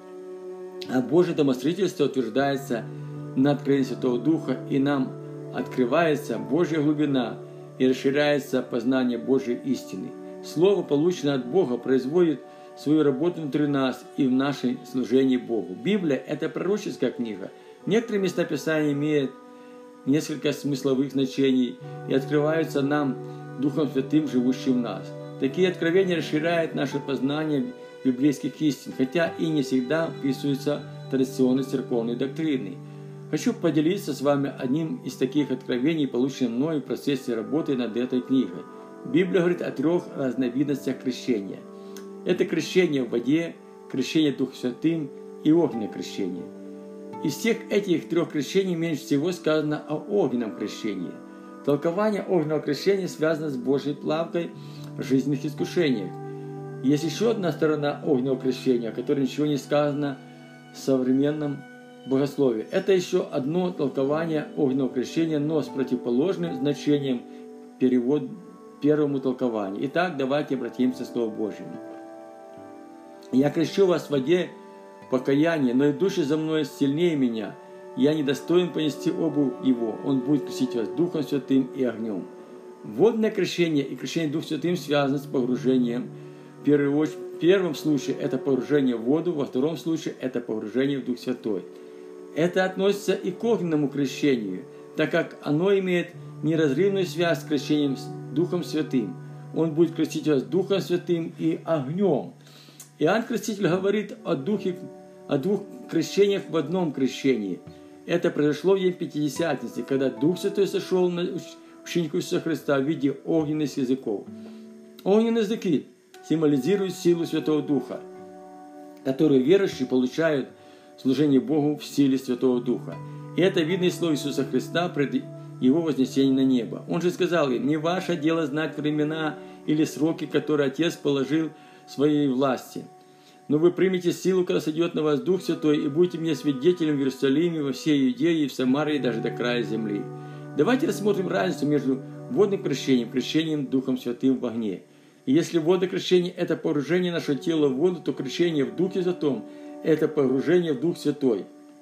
А Божье домостроительство утверждается на откровении Святого Духа, и нам открывается Божья глубина и расширяется познание Божьей истины. Слово, полученное от Бога, производит свою работу внутри нас и в нашем служении Богу. Библия – это пророческая книга. Некоторые места Писания имеют несколько смысловых значений и открываются нам Духом Святым, живущим в нас. Такие откровения расширяют наше познание библейских истин, хотя и не всегда вписываются в традиционные церковные доктрины. Хочу поделиться с вами одним из таких откровений, полученных мной в процессе работы над этой книгой. Библия говорит о трех разновидностях крещения. Это крещение в воде, крещение Духом Святым и огненное крещение. Из всех этих трех крещений меньше всего сказано о огненном крещении. Толкование огненного крещения связано с Божьей плавкой в жизненных искушениях. Есть еще одна сторона огненного крещения, о которой ничего не сказано в современном богословии. Это еще одно толкование огненного крещения, но с противоположным значением перевод первому толкованию. Итак, давайте обратимся к Слову Божьему. «Я крещу вас в воде покаяния, но идущий за мной сильнее меня. Я недостоин понести обувь его. Он будет крестить вас Духом Святым и огнем». Водное крещение и крещение Духом Святым связаны с погружением. В первом случае это погружение в воду, во втором случае это погружение в Дух Святой. Это относится и к огненному крещению, так как оно имеет неразрывную связь с крещением с Духом Святым. Он будет крестить вас Духом Святым и огнем. Иоанн Креститель говорит о, духе, о двух крещениях в одном крещении. Это произошло в день Пятидесятницы, когда Дух Святой сошел на учеников Иисуса Христа в виде огненных языков. Огненные языки символизируют силу Святого Духа, которую верующие получают в служении Богу в силе Святого Духа. И это видно из слов Иисуса Христа пред Его вознесением на небо. Он же сказал им: «Не ваше дело знать времена или сроки, которые Отец положил в своей власти. Но вы примете силу, когда сойдет на вас Дух Святой, и будете мне свидетелем в Иерусалиме, во всей Иудее и в Самарии, даже до края земли». Давайте рассмотрим разницу между водным крещением и крещением Духом Святым в огне. И если водное крещение – это погружение нашего тела в воду, то крещение в Духе Святом – это погружение в Дух Святой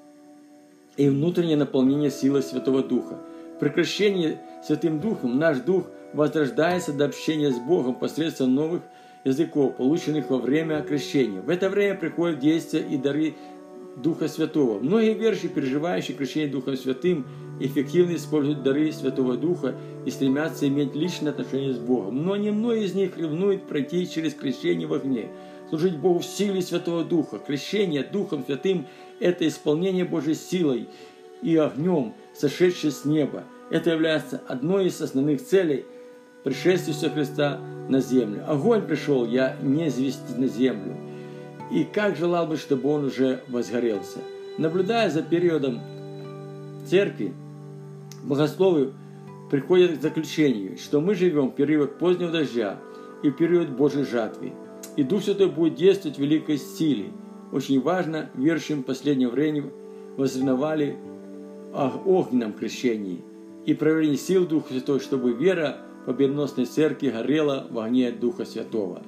и внутреннее наполнение силой Святого Духа. При крещении Святым Духом наш Дух возрождается до общения с Богом посредством новых языков, полученных во время крещения. В это время приходят действия и дары Духа Святого. Многие верующие, переживающие крещение Духом Святым, эффективно используют дары Святого Духа и стремятся иметь личное отношение с Богом. Но немного из них ревнуют пройти через крещение в огне, служить Богу в силе Святого Духа. Крещение Духом Святым – это исполнение Божьей силой и огнем, сошедшей с неба. Это является одной из основных целей пришествия Иисуса Христа на землю. Огонь пришел, я не звести на землю. И как желал бы, чтобы он уже возгорелся. Наблюдая за периодом церкви, богословы приходят к заключению, что мы живем в период позднего дождя и в период Божьей жатвы. И Дух Святой будет действовать в великой силе. Очень важно, верующим в последнее время возревновали огненном крещении и проявлении сил Духа Святого, чтобы вера победоносной церкви горела в огне Духа Святого.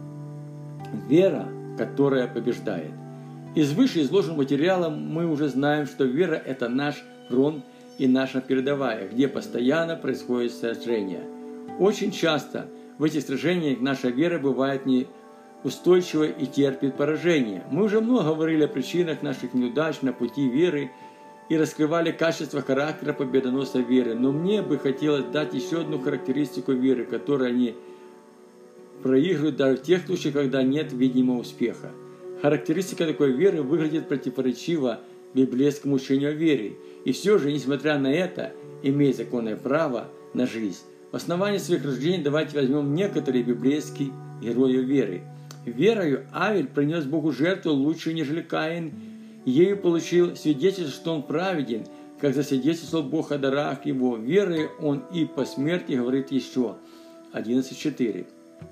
Вера, которая побеждает. Из вышеизложенного материала мы уже знаем, что вера – это наш фронт и наша передовая, где постоянно происходит сражение. Очень часто в этих сражениях наша вера бывает неустойчива и терпит поражение. Мы уже много говорили о причинах наших неудач на пути веры и раскрывали качества характера победоносной веры. Но мне бы хотелось дать еще одну характеристику веры, которую они проигрывают даже в тех случаях, когда нет видимого успеха. Характеристика такой веры выглядит противоречиво библейскому учению о вере, и все же, несмотря на это, имеет законное право на жизнь. В основании своих рождений давайте возьмем некоторые библейские герои веры. Верою Авель принес Богу жертву лучше, нежели Каин, и ею получил свидетельство, что он праведен, как засвидетельствовал Бог о дарах его. Верою он и по смерти говорит еще. одиннадцать четыре.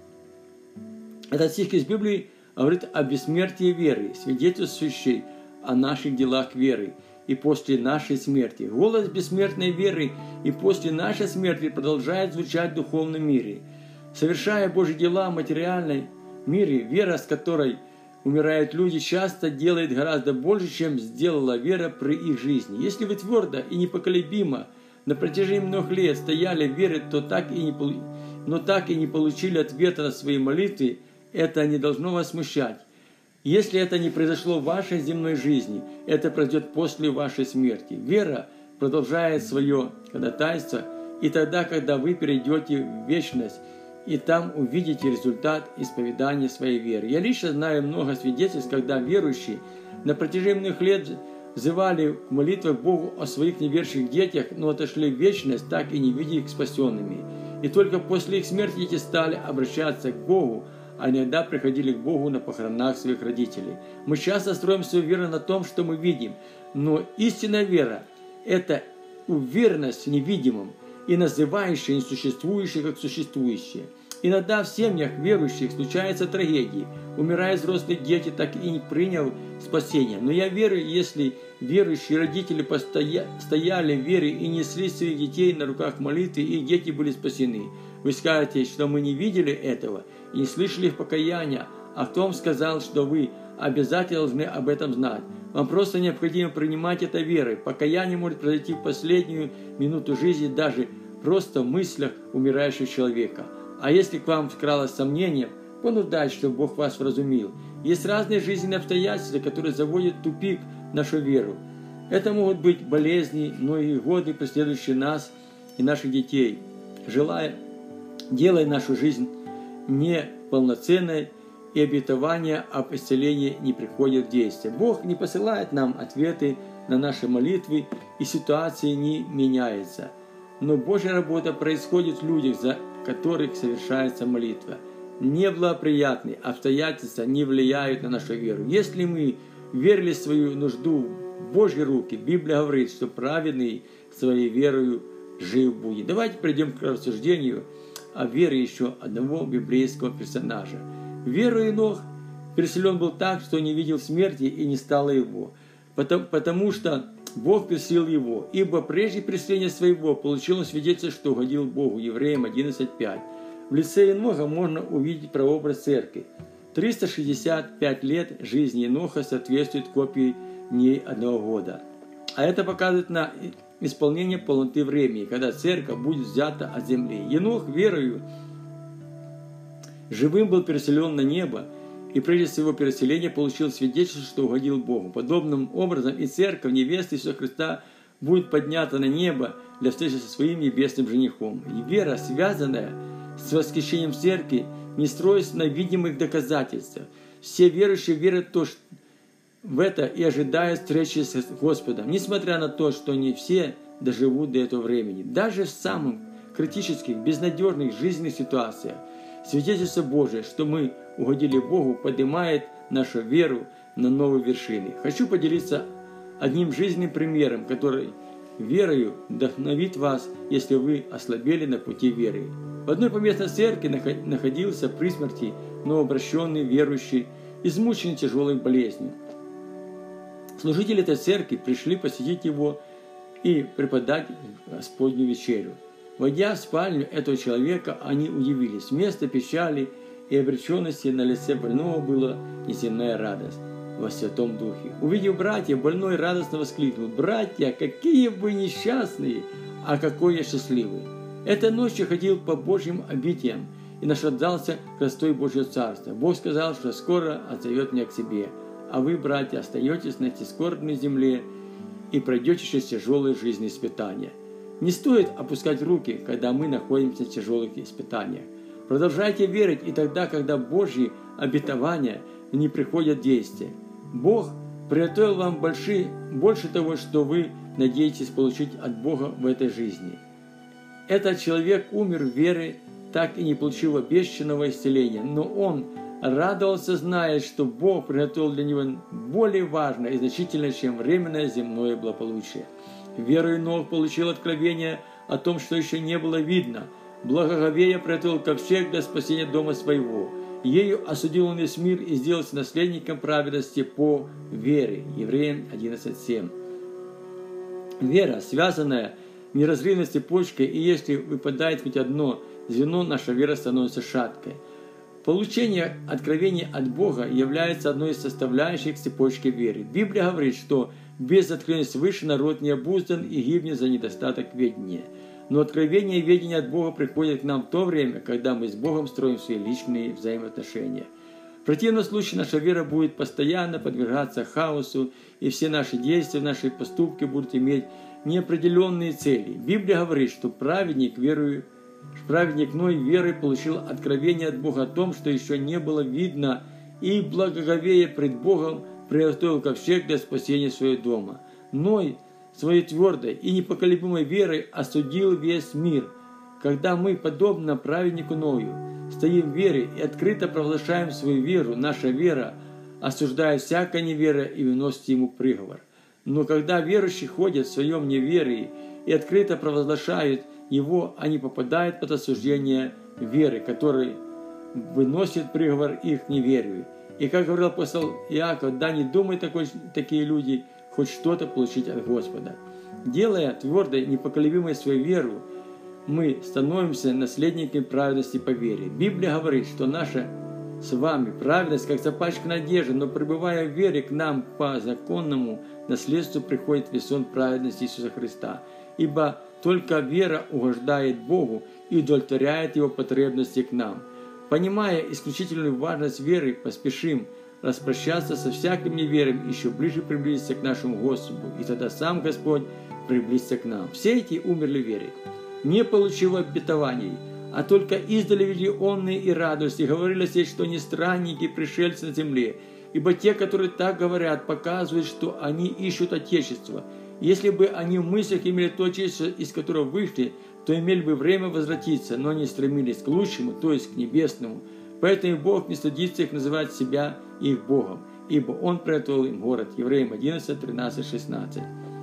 Этот стих из Библии говорит о бессмертии веры, свидетельствующей о наших делах веры и после нашей смерти. Голос бессмертной веры и после нашей смерти продолжает звучать в духовном мире. Совершая Божьи дела в материальном мире, вера, с которой умирают люди, часто делает гораздо больше, чем сделала вера при их жизни. Если вы твердо и непоколебимо на протяжении многих лет стояли в вере, то так и не, но так и не получили ответа на свои молитвы, это не должно вас смущать. Если это не произошло в вашей земной жизни, это произойдет после вашей смерти. Вера продолжает свое ходатайство и тогда, когда вы перейдете в вечность, и там увидите результат исповедания своей веры. Я лично знаю много свидетельств, когда верующие на протяжении многих лет взывали в молитвах Богу о своих неверующих детях, но отошли в вечность, так и не видя их спасенными. И только после их смерти дети стали обращаться к Богу, а иногда приходили к Богу на похоронах своих родителей. Мы часто строим свою веру на том, что мы видим, но истинная вера – это уверенность в невидимом и называющая несуществующее как существующее. Иногда в семьях верующих случаются трагедии. Умирают взрослые дети, так и не приняв спасения. Но я верю, если верующие родители постоя... стояли в вере и несли своих детей на руках молитвы, и дети были спасены. Вы скажете, что мы не видели этого и не слышали их покаяния, а кто вам сказал, что вы обязательно должны об этом знать? Вам просто необходимо принимать это верой. Покаяние может произойти в последнюю минуту жизни, даже просто в мыслях умирающего человека. А если к вам вкралось сомнение, понуждайте, чтобы Бог вас вразумил. Есть разные жизненные обстоятельства, которые заводят в тупик нашу веру. Это могут быть болезни, многие годы, преследующие нас и наших детей, желая, делая нашу жизнь неполноценной, и обетования об исцелении не приходят в действие. Бог не посылает нам ответы на наши молитвы, и ситуация не меняется. Но Божья работа происходит в людях, за которых совершается молитва. Неблагоприятные обстоятельства не влияют на нашу веру. Если мы верили в свою нужду в Божьи руки, Библия говорит, что праведный своей верою жив будет. Давайте перейдем к рассуждению о вере еще одного библейского персонажа. Верою Енох переселен был так, что не видел смерти и не стало его, потому, потому что Бог переселил его, ибо прежде переселения своего получил он свидетельство, что угодил Богу. Евреям одиннадцать пять. В лице Еноха можно увидеть прообраз церкви. триста шестьдесят пять лет жизни Еноха соответствует копии дней одного года. А это показывает на исполнение полноты времени, когда церковь будет взята от земли. Енох верою живым был переселен на небо, и прежде своего переселения получил свидетельство, что угодил Богу. Подобным образом и церковь невесты Иисуса Христа будет поднята на небо для встречи со своим небесным женихом. И вера, связанная с восхищением церкви, не строится на видимых доказательствах. Все верующие верят в это и ожидают встречи с Господом, несмотря на то, что не все доживут до этого времени. Даже в самых критических, безнадежных жизненных ситуациях свидетельство Божие, что мы угодили Богу, поднимает нашу веру на новые вершины. Хочу поделиться одним жизненным примером, который верою вдохновит вас, если вы ослабели на пути веры. В одной поместной церкви находился при смерти новообращенный верующий, измученный тяжелой болезнью. Служители этой церкви пришли посетить его и преподать Господню вечерю. Войдя в спальню этого человека, они удивились. Вместо печали и обреченности на лице больного была неземная радость во Святом Духе. Увидев братьев, больной радостно воскликнул: «Братья, какие вы несчастные, а какой я счастливый!» Этой ночью ходил по Божьим обителям и наслаждался красотой Божьего Царства. Бог сказал, что скоро отзовет меня к себе, а вы, братья, остаетесь на этой скорбной земле и пройдете через тяжелые жизненные испытания. Не стоит опускать руки, когда мы находимся в тяжелых испытаниях. Продолжайте верить и тогда, когда Божьи обетования не приходят в действие. Бог приготовил вам большие, больше того, что вы надеетесь получить от Бога в этой жизни. Этот человек умер в вере, так и не получив обещанного исцеления, но он радовался, зная, что Бог приготовил для него более важное и значительное, чем временное земное благополучие. Верой Нох получил откровение о том, что еще не было видно. Благоговея приготовил ковчег для спасения дома своего. Ею осудил он весь мир и сделался наследником праведности по вере. Евреям одиннадцать семь. Вера, связанная неразрывной цепочкой, и если выпадает хоть одно звено, наша вера становится шаткой. Получение откровения от Бога является одной из составляющих цепочки веры. Библия говорит, что без откровения свыше народ не обуздан и гибнет за недостаток ведения. Но откровение и ведение от Бога приходят к нам в то время, когда мы с Богом строим свои личные взаимоотношения. В противном случае наша вера будет постоянно подвергаться хаосу, и все наши действия, наши поступки будут иметь неопределенные цели. Библия говорит, что праведник, верую, праведник Ной верой получил откровение от Бога о том, что еще не было видно, и благоговея пред Богом приготовил ковчег для спасения своего дома. Ной своей твердой и непоколебимой верой осудил весь мир. Когда мы, подобно праведнику Ною, стоим в вере и открыто провозглашаем свою веру, наша вера осуждает всякое неверие и выносит ему приговор. Но когда верующие ходят в своем неверии и открыто провозглашают его, они попадают под осуждение веры, который выносит приговор их неверию. И как говорил апостол Иаков, да не думай такой, такие люди хоть что-то получить от Господа. Делая твердой, непоколебимой свою веру, мы становимся наследниками праведности по вере. Библия говорит, что наша с вами праведность, как запачканная одежда, но пребывая в вере, к нам по законному наследству приходит весон праведности Иисуса Христа. Ибо только вера угождает Богу и удовлетворяет Его потребности к нам. Понимая исключительную важность веры, поспешим распрощаться со всяким неверием, еще ближе приблизиться к нашему Господу, и тогда сам Господь приблизится к нам. Все эти умерли в вере, не получив обетований, а только издали видели онные и радость, и говорили себе, что не странники, пришельцы на земле, ибо те, которые так говорят, показывают, что они ищут Отечество. Если бы они в мыслях имели то Отечество, из которого вышли, то имели бы время возвратиться, но они стремились к лучшему, то есть к небесному. Поэтому Бог не стыдится их называть себя их Богом, ибо Он приготовил им город. Евреям одиннадцать, тринадцать, шестнадцать.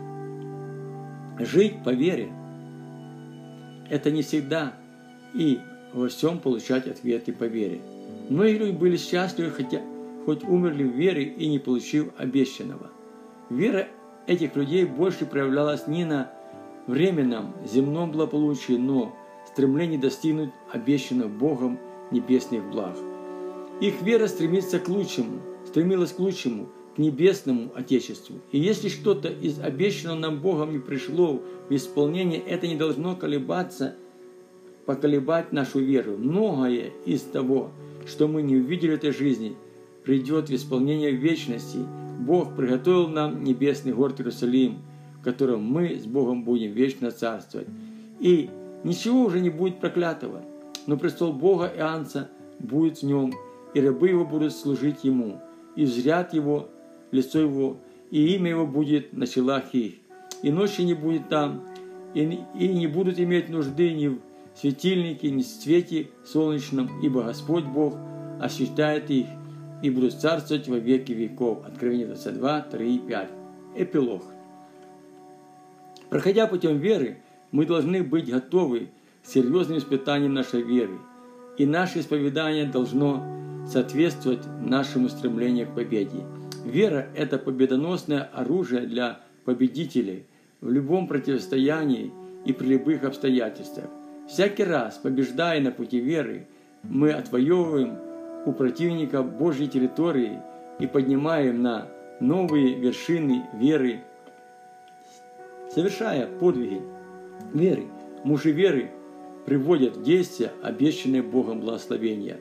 Жить по вере – это не всегда и во всем получать ответы по вере. Многие люди были счастливы, хотя хоть умерли в вере и не получив обещанного. Вера этих людей больше проявлялась не на временном земном благополучии, но стремлении достигнуть обещанных Богом небесных благ. Их вера стремится к лучшему, стремилась к лучшему, к небесному Отечеству. И если что-то из обещанного нам Богом не пришло в исполнение, это не должно колебаться, поколебать нашу веру. Многое из того, что мы не увидели в этой жизни, придет в исполнение в вечности. Бог приготовил нам небесный город Иерусалим, в котором мы с Богом будем вечно царствовать. И ничего уже не будет проклятого, но престол Бога и Анца будет в нем, и рабы его будут служить ему, и взрят его, лицо его, и имя его будет на челах их. И ночи не будет там, и, и не будут иметь нужды ни в светильнике, ни в свете солнечном, ибо Господь Бог освещает их, и будут царствовать во веки веков. Откровение двадцать два, три и пять. Эпилог. Проходя путем веры, мы должны быть готовы к серьезным испытаниям нашей веры, и наше исповедание должно соответствовать нашему стремлению к победе. Вера – это победоносное оружие для победителей. в любом противостоянии и при любых обстоятельствах. Всякий раз, побеждая на пути веры, мы отвоевываем у противника Божьей территории и поднимаем на новые вершины веры, совершая подвиги веры. Мужи веры приводят в действие обещанные Богом благословения.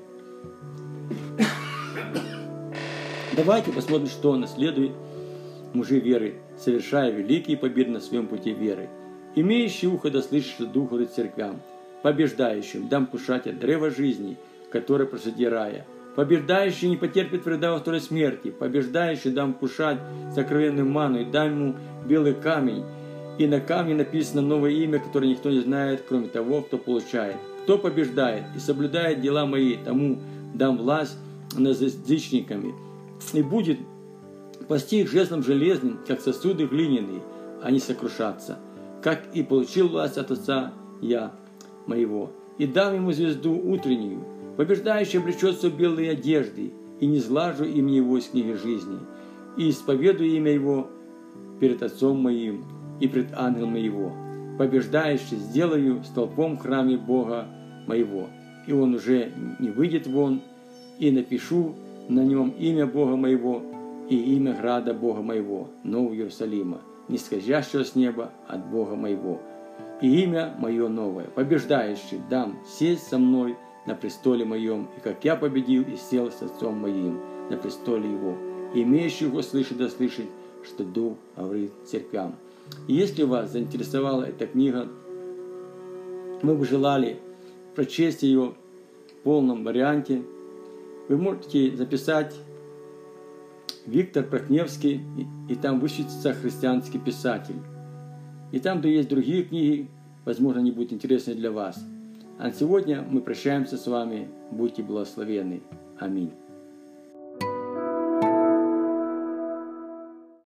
Давайте посмотрим, что наследует мужи веры, совершая великие победы на своем пути веры. Имеющий ухо да слышит, что Дух говорит церквям, побеждающим дам кушать от древа жизни, которое посреди рая. Побеждающий не потерпит вреда во второй смерти, побеждающий дам кушать сокровенную ману и дам ему белый камень, и на камне написано новое имя, которое никто не знает, кроме того, кто получает. Кто побеждает и соблюдает дела мои, тому дам власть над язычниками, и будет пасти их жезлом железным, как сосуды глиняные, они сокрушатся, как и получил власть от Отца я моего, и дам ему звезду утреннюю. Побеждающий облечется в белые одежды, и не сглажу имя его из книги жизни, и исповедую имя его перед Отцом моим и пред ангелом его. Побеждающий сделаю столпом в храме Бога моего, и он уже не выйдет вон, и напишу на нем имя Бога моего и имя града Бога моего, Нового Иерусалима, нисходящего с неба от Бога моего, и имя мое новое. Побеждающий дам сесть со мной на престоле моем, и как я победил и сел с Отцом моим на престоле его. И имеющий его слышит да слышит, что Дух говорит церквям. И если вас заинтересовала эта книга, мы бы желали прочесть ее в полном варианте, вы можете записать Виктор Прокневский, и там высветится христианский писатель. И там, где есть другие книги, возможно, они будут интересны для вас. А на сегодня мы прощаемся с вами. Будьте благословенны. Аминь.